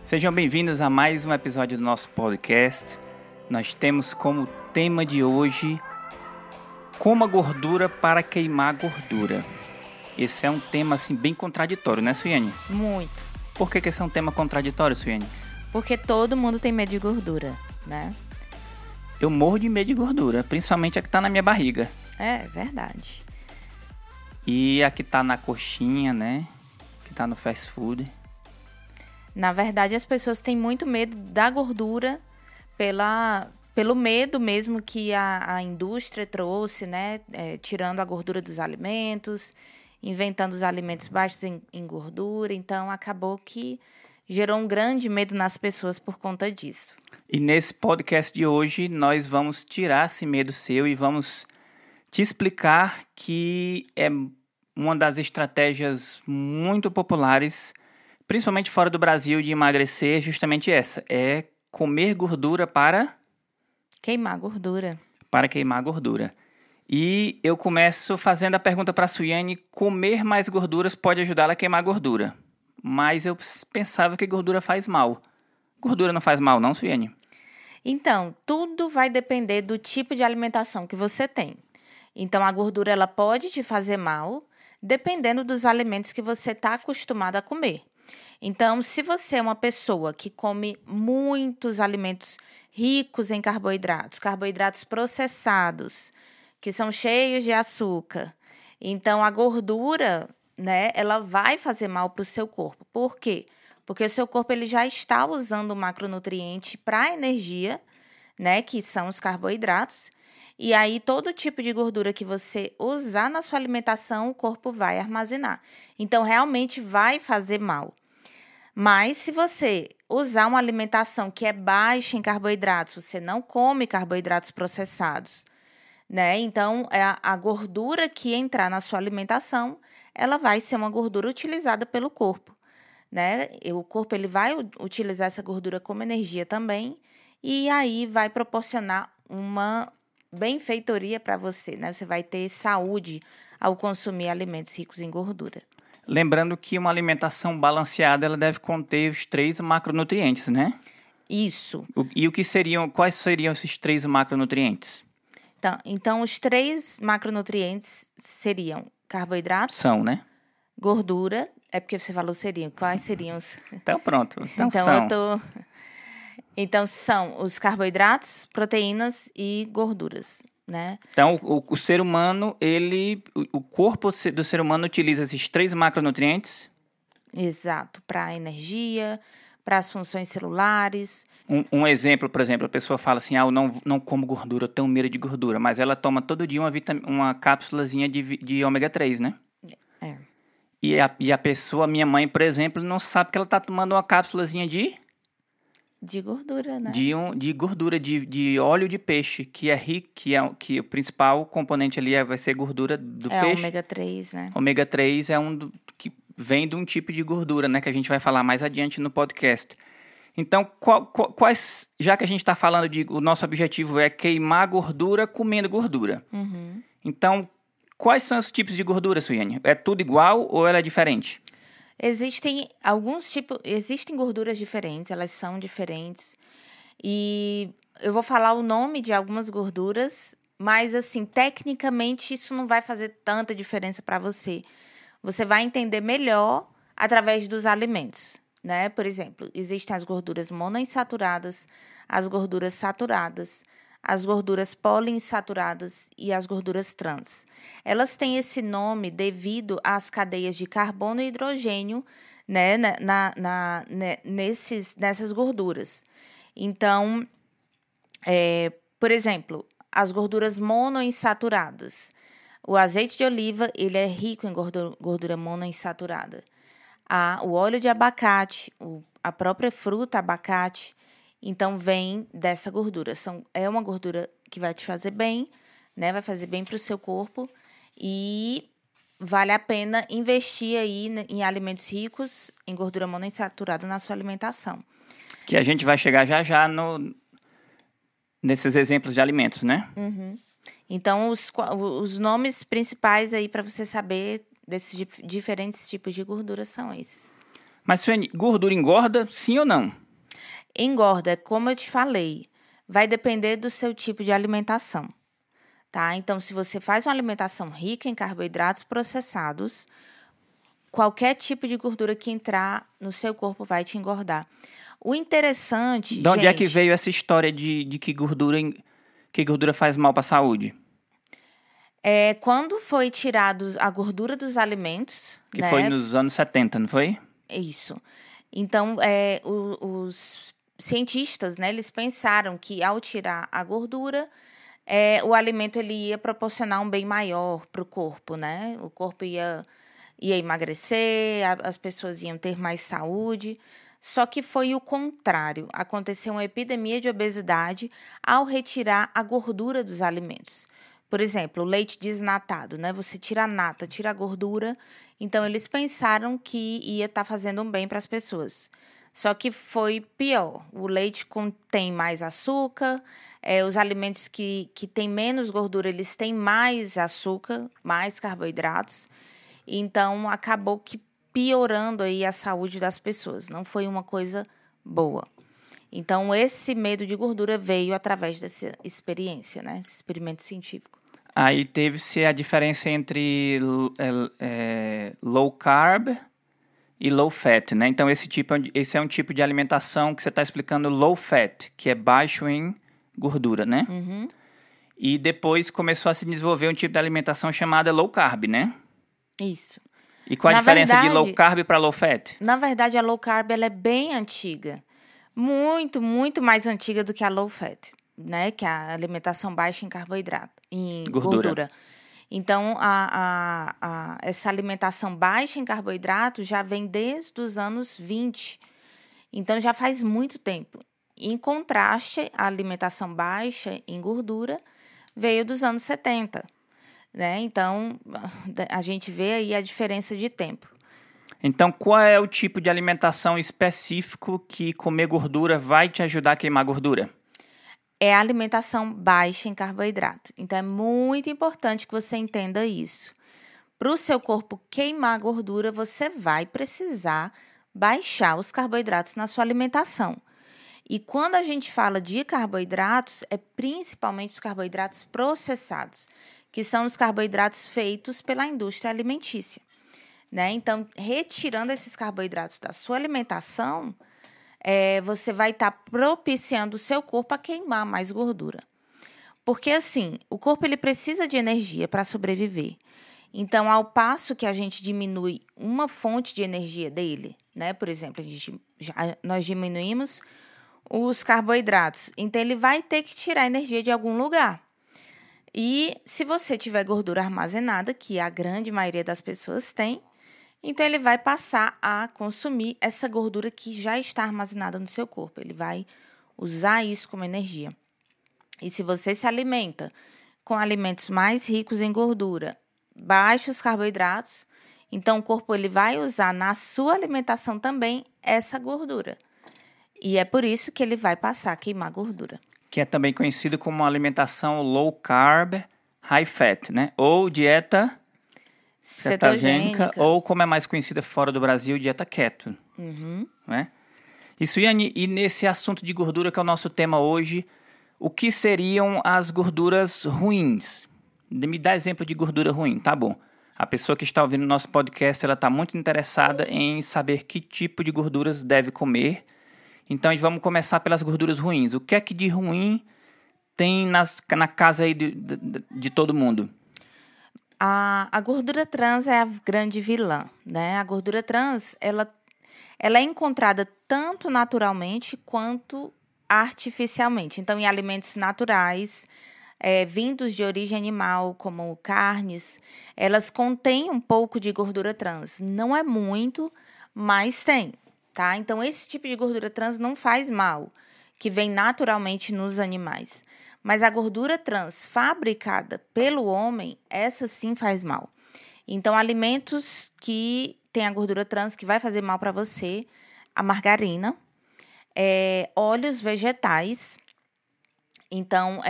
Sejam bem-vindos a mais um episódio do nosso podcast. Nós temos como tema de hoje coma gordura para queimar gordura. Esse é um tema assim bem contraditório, né, Suiane? Muito. Por que esse é um tema contraditório, Suiane? Porque todo mundo tem medo de gordura, né? Eu morro de medo de gordura, principalmente a que tá na minha barriga. É verdade. E a que tá na coxinha, né? Que tá no fast food. Na verdade, as pessoas têm muito medo da gordura pelo medo mesmo que a indústria trouxe, né? Tirando a gordura dos alimentos, inventando os alimentos baixos em gordura. Então, acabou que gerou um grande medo nas pessoas por conta disso. E nesse podcast de hoje, nós vamos tirar esse medo seu e vamos te explicar que é uma das estratégias muito populares, principalmente fora do Brasil, de emagrecer, justamente essa. É comer gordura para queimar gordura. Para queimar gordura. E eu começo fazendo a pergunta para a Suiane: comer mais gorduras pode ajudá-la a queimar gordura. Mas eu pensava que gordura faz mal. Gordura não faz mal, não, Suiane? Então, tudo vai depender do tipo de alimentação que você tem. Então, a gordura ela pode te fazer mal, dependendo dos alimentos que você está acostumado a comer. Então, se você é uma pessoa que come muitos alimentos ricos em carboidratos processados, que são cheios de açúcar, então a gordura, né, ela vai fazer mal para o seu corpo. Por quê? Porque o seu corpo ele já está usando o macronutriente para energia, né, que são os carboidratos. E aí, todo tipo de gordura que você usar na sua alimentação, o corpo vai armazenar. Então, realmente vai fazer mal. Mas, se você usar uma alimentação que é baixa em carboidratos, você não come carboidratos processados, né? Então, a gordura que entrar na sua alimentação, ela vai ser uma gordura utilizada pelo corpo, né? O corpo ele vai utilizar essa gordura como energia também, e aí vai proporcionar uma benfeitoria para você, né? Você vai ter saúde ao consumir alimentos ricos em gordura. Lembrando que uma alimentação balanceada ela deve conter os 3 macronutrientes, né? Isso. Quais seriam esses 3 macronutrientes? Então, os 3 macronutrientes seriam carboidratos. São, né? Gordura. É porque você falou seriam. Quais seriam os... Então, pronto. Então, Então, são os carboidratos, proteínas e gorduras, né? Então, o ser humano, o corpo do ser humano utiliza esses 3 macronutrientes? Exato. Para energia, para as funções celulares. Um exemplo, por exemplo, a pessoa fala assim, eu não como gordura, eu tenho medo de gordura, mas ela toma todo dia uma cápsulazinha de ômega 3, né? É. E a pessoa, minha mãe, por exemplo, não sabe que ela está tomando uma cápsulazinha de gordura, né? De gordura, de óleo de peixe, que é rico, que o principal componente ali vai ser gordura do peixe. É ômega 3, né? Ômega 3 é que vem de um tipo de gordura, né? Que a gente vai falar mais adiante no podcast. Então, quais, já que a gente está falando o nosso objetivo é queimar gordura comendo gordura. Uhum. Então, quais são os tipos de gordura, Suiane? É tudo igual ou ela é diferente? Existem gorduras diferentes, elas são diferentes. E eu vou falar o nome de algumas gorduras, mas assim, tecnicamente isso não vai fazer tanta diferença para você. Você vai entender melhor através dos alimentos, né? Por exemplo, existem as gorduras monoinsaturadas, as gorduras saturadas, as gorduras poliinsaturadas e as gorduras trans. Elas têm esse nome devido às cadeias de carbono e hidrogênio, né, nessas gorduras. Então, por exemplo, as gorduras monoinsaturadas. O azeite de oliva ele é rico em gordura monoinsaturada. O óleo de abacate, a própria fruta abacate, então, vem dessa gordura. É uma gordura que vai te fazer bem, né? Vai fazer bem para o seu corpo. E vale a pena investir aí em alimentos ricos em gordura monoinsaturada na sua alimentação. Que a gente vai chegar já nesses exemplos de alimentos, né? Uhum. Então, os nomes principais aí para você saber desses diferentes tipos de gordura são esses. Mas, Suene, gordura engorda, sim ou não? Engorda, como eu te falei, vai depender do seu tipo de alimentação, tá? Então, se você faz uma alimentação rica em carboidratos processados, qualquer tipo de gordura que entrar no seu corpo vai te engordar. O interessante, De onde é que gente, veio essa história de que gordura faz mal para a saúde? é quando foi tirado a gordura dos alimentos, Que né? foi nos anos 70, não foi? Isso. Então, os cientistas, né, eles pensaram que ao tirar a gordura, o alimento ele ia proporcionar um bem maior para o corpo, né? O corpo ia emagrecer, as pessoas iam ter mais saúde. Só que foi o contrário. Aconteceu uma epidemia de obesidade ao retirar a gordura dos alimentos. Por exemplo, o leite desnatado, né? Você tira a nata, tira a gordura. Então, eles pensaram que ia estar fazendo um bem para as pessoas. Só que foi pior. O leite contém mais açúcar, os alimentos que têm menos gordura, eles têm mais açúcar, mais carboidratos. Então, acabou que piorando aí a saúde das pessoas. Não foi uma coisa boa. Então, esse medo de gordura veio através dessa experiência, né? Esse experimento científico. Aí teve-se a diferença entre low carb e low fat, né? Então, esse é um tipo de alimentação que você está explicando low fat, que é baixo em gordura, né? Uhum. E depois começou a se desenvolver um tipo de alimentação chamada low carb, né? Isso. E qual a Na diferença de verdade- low carb para low fat? Na verdade, a low carb ela é bem antiga. Muito, muito mais antiga do que a low fat, né? Que é a alimentação baixa em carboidrato, em gordura. Então, essa alimentação baixa em carboidrato já vem desde os anos 20. Então, já faz muito tempo. Em contraste, a alimentação baixa em gordura veio dos anos 70, né? Então, a gente vê aí a diferença de tempo. Então, qual é o tipo de alimentação específico que comer gordura vai te ajudar a queimar gordura? É a alimentação baixa em carboidrato. Então, é muito importante que você entenda isso. Para o seu corpo queimar gordura, você vai precisar baixar os carboidratos na sua alimentação. E quando a gente fala de carboidratos, é principalmente os carboidratos processados, que são os carboidratos feitos pela indústria alimentícia, né? Então, retirando esses carboidratos da sua alimentação, você vai estar propiciando o seu corpo a queimar mais gordura. Porque, assim, o corpo ele precisa de energia para sobreviver. Então, ao passo que a gente diminui uma fonte de energia dele, né? Por exemplo, nós diminuímos os carboidratos. Então, ele vai ter que tirar energia de algum lugar. E se você tiver gordura armazenada, que a grande maioria das pessoas tem, então ele vai passar a consumir essa gordura que já está armazenada no seu corpo. Ele vai usar isso como energia. E se você se alimenta com alimentos mais ricos em gordura, baixos carboidratos, então o corpo ele vai usar na sua alimentação também essa gordura. E é por isso que ele vai passar a queimar gordura. Que é também conhecido como alimentação low carb, high fat, né? Ou dieta cetogênica, ou como é mais conhecida fora do Brasil, dieta keto. Uhum. Né? E Suiane, e nesse assunto de gordura que é o nosso tema hoje, o que seriam as gorduras ruins? Me dá exemplo de gordura ruim, tá bom. A pessoa que está ouvindo o nosso podcast, ela está muito interessada em saber que tipo de gorduras deve comer. Então, vamos começar pelas gorduras ruins. O que é que de ruim tem na casa aí de todo mundo? A gordura trans é a grande vilã, né? A gordura trans, ela é encontrada tanto naturalmente quanto artificialmente. Então, em alimentos naturais, vindos de origem animal, como carnes, elas contêm um pouco de gordura trans. Não é muito, mas tem, tá? Então, esse tipo de gordura trans não faz mal, que vem naturalmente nos animais. Mas a gordura trans fabricada pelo homem, essa sim faz mal. Então, alimentos que têm a gordura trans que vai fazer mal para você, a margarina, óleos vegetais. Então,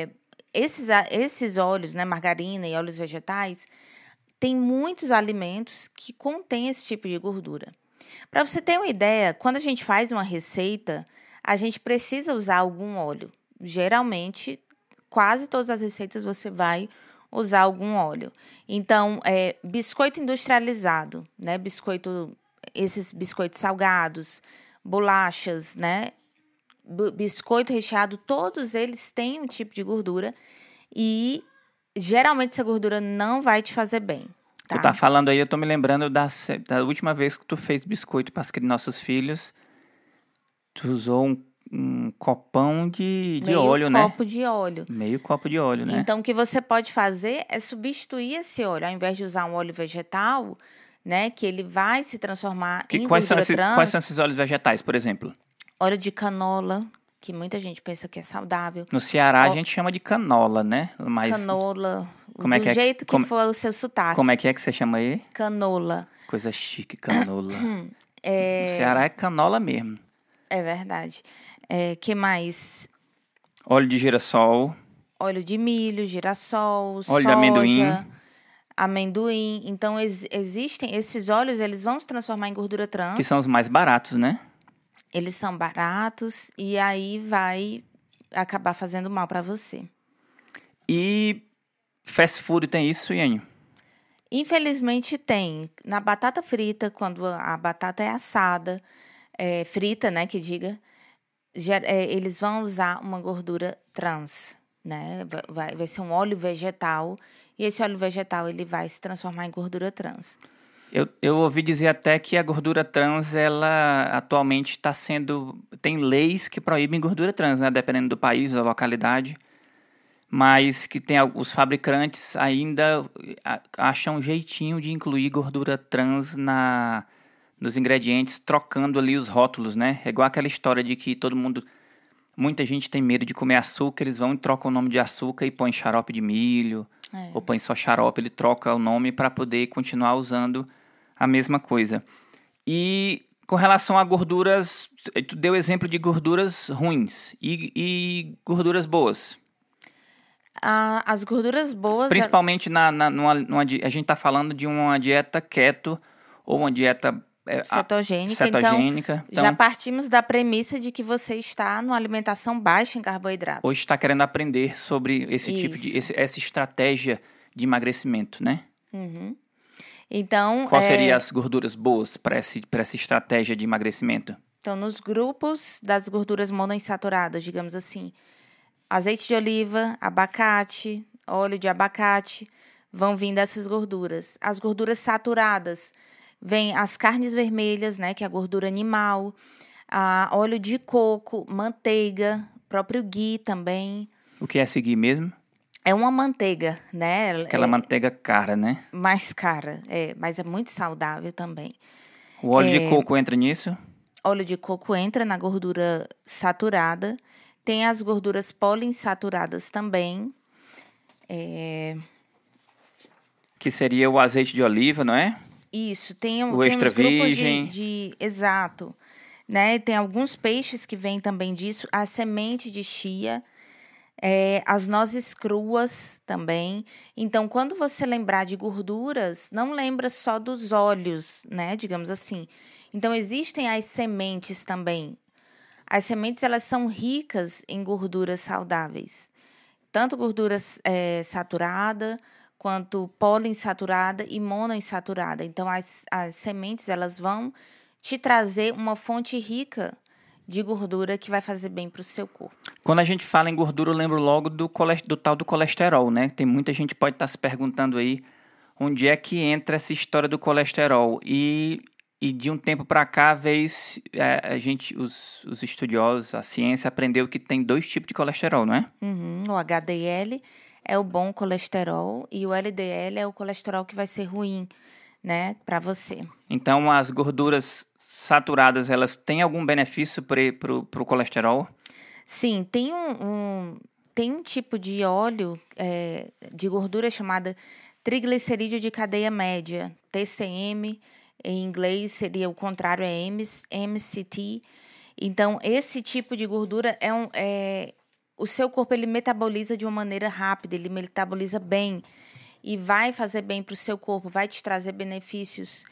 esses óleos, né, margarina e óleos vegetais, tem muitos alimentos que contêm esse tipo de gordura. Para você ter uma ideia, quando a gente faz uma receita, a gente precisa usar algum óleo. Geralmente, quase todas as receitas você vai usar algum óleo. Então, biscoito industrializado, né? Esses biscoitos salgados, bolachas, né? Biscoito recheado, todos eles têm um tipo de gordura e geralmente essa gordura não vai te fazer bem. Tu tá falando aí, eu tô me lembrando da última vez que tu fez biscoito para nossos filhos. Tu usou um copão de óleo, né? Meio copo de óleo. Meio copo de óleo, né? Então, o que você pode fazer é substituir esse óleo. Ao invés de usar um óleo vegetal, né? Que ele vai se transformar em gordura trans. Quais são esses óleos vegetais, por exemplo? Óleo de canola, que muita gente pensa que é saudável. No Ceará, a gente chama de canola, né? Mas canola, do jeito que for o seu sotaque. Como é que você chama aí? Canola. Coisa chique, canola. No Ceará é canola mesmo. É verdade. Que mais? Óleo de girassol. Óleo de milho, girassol, óleo soja, amendoim. Então, existem esses óleos, eles vão se transformar em gordura trans. Que são os mais baratos, né? Eles são baratos e aí vai acabar fazendo mal para você. E fast food tem isso, Iane? Infelizmente tem. Na batata frita, quando a batata é assada, frita, né, que diga, eles vão usar uma gordura trans, né? Vai ser um óleo vegetal e esse óleo vegetal ele vai se transformar em gordura trans. Eu ouvi dizer até que a gordura trans, ela atualmente tem leis que proíbem gordura trans, né? Dependendo do país, da localidade. Mas que os fabricantes ainda acham um jeitinho de incluir gordura trans nos ingredientes, trocando ali os rótulos, né? É igual aquela história de que muita gente tem medo de comer açúcar, eles vão e trocam o nome de açúcar e põem xarope de milho, ou põe só xarope, ele troca o nome para poder continuar usando a mesma coisa. E com relação a gorduras, tu deu exemplo de gorduras ruins e gorduras boas. As gorduras boas... Principalmente a gente está falando de uma dieta keto ou uma dieta cetogênica. Então, já partimos da premissa de que você está numa alimentação baixa em carboidratos. Hoje está querendo aprender sobre essa estratégia de emagrecimento, né? Uhum. Então, qual seriam as gorduras boas para essa estratégia de emagrecimento? Então, nos grupos das gorduras monoinsaturadas, digamos assim, azeite de oliva, abacate, óleo de abacate, vão vir dessas gorduras. As gorduras saturadas, vem as carnes vermelhas, né, que é a gordura animal, óleo de coco, manteiga, próprio ghee também. O que é esse ghee mesmo? É uma manteiga, né? Aquela manteiga cara, né? Mais cara, mas é muito saudável também. O óleo de coco entra nisso? Óleo de coco entra na gordura saturada. Tem as gorduras poliinsaturadas também. Que seria o azeite de oliva, não é? Isso, tem o extra virgem. Exato. Né? Tem alguns peixes que vêm também disso. A semente de chia. As nozes cruas também. Então, quando você lembrar de gorduras, não lembra só dos óleos, né? Digamos assim. Então, existem as sementes também. As sementes, elas são ricas em gorduras saudáveis. Tanto gordura saturada, quanto poliinsaturada e monoinsaturada. Então, as sementes, elas vão te trazer uma fonte rica de gordura que vai fazer bem para o seu corpo. Quando a gente fala em gordura, eu lembro logo do tal do colesterol, né? Tem muita gente que pode estar se perguntando aí onde é que entra essa história do colesterol. E de um tempo para cá, os estudiosos, a ciência aprendeu que tem 2 tipos de colesterol, não é? O HDL é o bom colesterol e o LDL é o colesterol que vai ser ruim, né, para você. Então, as gorduras saturadas, elas têm algum benefício para o colesterol? Sim, tem um tipo de óleo de gordura chamada triglicerídeo de cadeia média, TCM, em inglês seria o contrário, é MCT. Então, esse tipo de gordura o seu corpo ele metaboliza de uma maneira rápida, ele metaboliza bem e vai fazer bem para o seu corpo, vai te trazer benefícios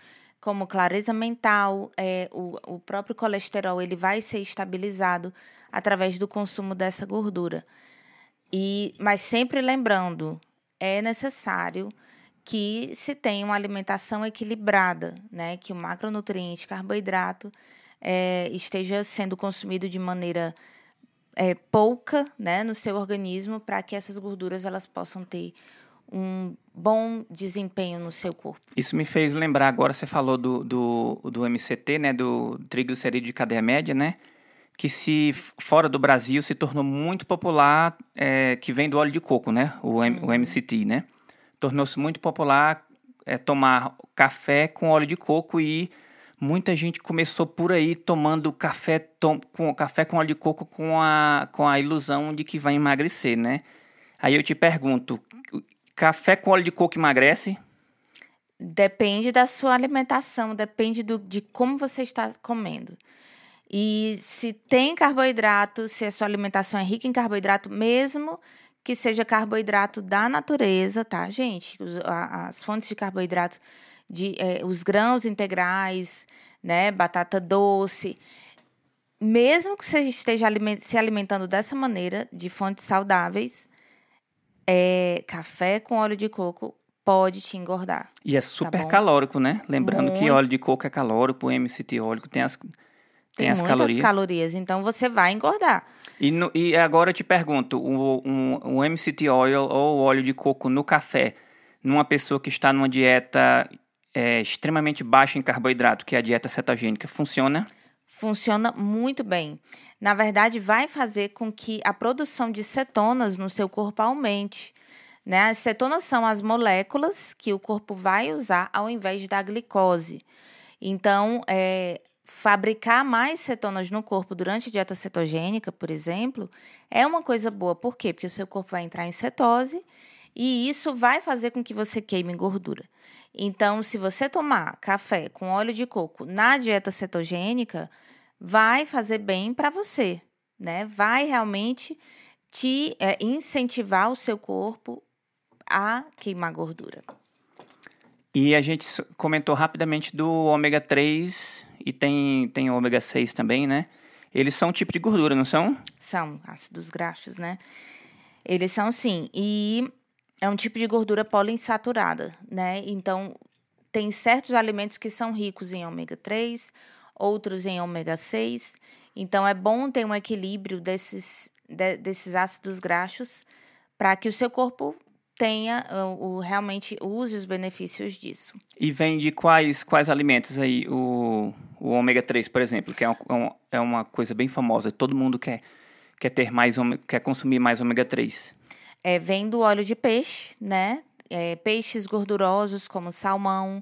como clareza mental, o próprio colesterol ele vai ser estabilizado através do consumo dessa gordura. Mas sempre lembrando, é necessário que se tenha uma alimentação equilibrada, né? Que o macronutriente carboidrato esteja sendo consumido de maneira pouca, né, no seu organismo, para que essas gorduras elas possam ter um bom desempenho no seu corpo. Isso me fez lembrar, agora você falou do MCT, né, do triglicerídeo de cadeia média, né, que se fora do Brasil se tornou muito popular, que vem do óleo de coco, né, o MCT, né, tornou-se muito popular tomar café com óleo de coco e muita gente começou por aí tomando café com óleo de coco com a ilusão de que vai emagrecer, né? Aí eu te pergunto, café com óleo de coco emagrece? Depende da sua alimentação, depende de como você está comendo. E se tem carboidrato, se a sua alimentação é rica em carboidrato, mesmo que seja carboidrato da natureza, tá, gente? As fontes de carboidrato, os grãos integrais, né, batata doce, mesmo que você esteja se alimentando dessa maneira, de fontes saudáveis, café com óleo de coco pode te engordar. E é super calórico, né? Lembrando que óleo de coco é calórico, o MCT ólico tem as muitas calorias, então você vai engordar. E agora eu te pergunto, o MCT oil ou o óleo de coco no café, numa pessoa que está numa dieta extremamente baixa em carboidrato, que é a dieta cetogênica, funciona? Funciona muito bem. Na verdade, vai fazer com que a produção de cetonas no seu corpo aumente, né? As cetonas são as moléculas que o corpo vai usar ao invés da glicose. Então, fabricar mais cetonas no corpo durante a dieta cetogênica, por exemplo, é uma coisa boa. Por quê? Porque o seu corpo vai entrar em cetose e isso vai fazer com que você queime gordura. Então, se você tomar café com óleo de coco na dieta cetogênica, vai fazer bem para você, né? Vai realmente te incentivar o seu corpo a queimar gordura. E a gente comentou rapidamente do ômega 3 e tem o ômega 6 também, né? Eles são um tipo de gordura, não são? São ácidos graxos, né? Eles são sim. E é um tipo de gordura poliinsaturada, né? Então, tem certos alimentos que são ricos em ômega 3, outros em ômega 6. Então, é bom ter um equilíbrio desses ácidos graxos para que o seu corpo tenha realmente use os benefícios disso. E vem de quais alimentos aí? O ômega 3, por exemplo, que é uma coisa bem famosa. Todo mundo quer consumir mais ômega 3. Vem do óleo de peixe, né? Peixes gordurosos como salmão,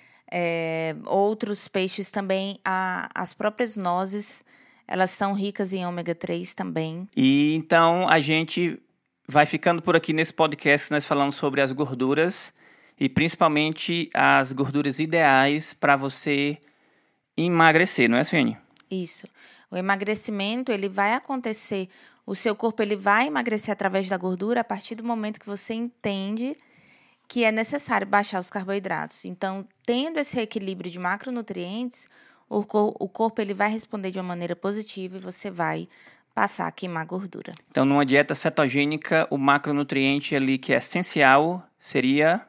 outros peixes também. As próprias nozes, elas são ricas em ômega 3 também. E então a gente vai ficando por aqui nesse podcast. Nós falamos sobre as gorduras e principalmente as gorduras ideais para você emagrecer, não é, Suene? Isso. O emagrecimento, ele vai acontecer, o seu corpo ele vai emagrecer através da gordura a partir do momento que você entende que é necessário baixar os carboidratos. Então, tendo esse equilíbrio de macronutrientes, o corpo ele vai responder de uma maneira positiva e você vai passar a queimar gordura. Então, numa dieta cetogênica, o macronutriente ali que é essencial seria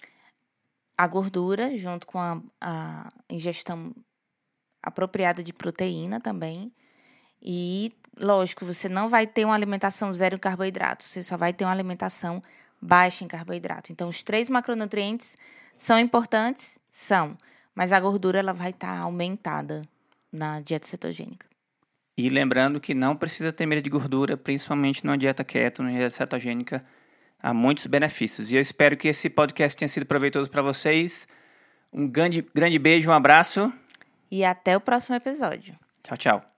a gordura, junto com a ingestão apropriada de proteína também. E, lógico, você não vai ter uma alimentação zero em carboidratos, você só vai ter uma alimentação baixa em carboidrato. Então, os 3 macronutrientes são importantes? São, mas a gordura ela vai estar aumentada na dieta cetogênica. E lembrando que não precisa ter medo de gordura, principalmente numa dieta keto, numa dieta cetogênica, há muitos benefícios. E eu espero que esse podcast tenha sido proveitoso para vocês. Um grande beijo, um abraço. E até o próximo episódio. Tchau, tchau.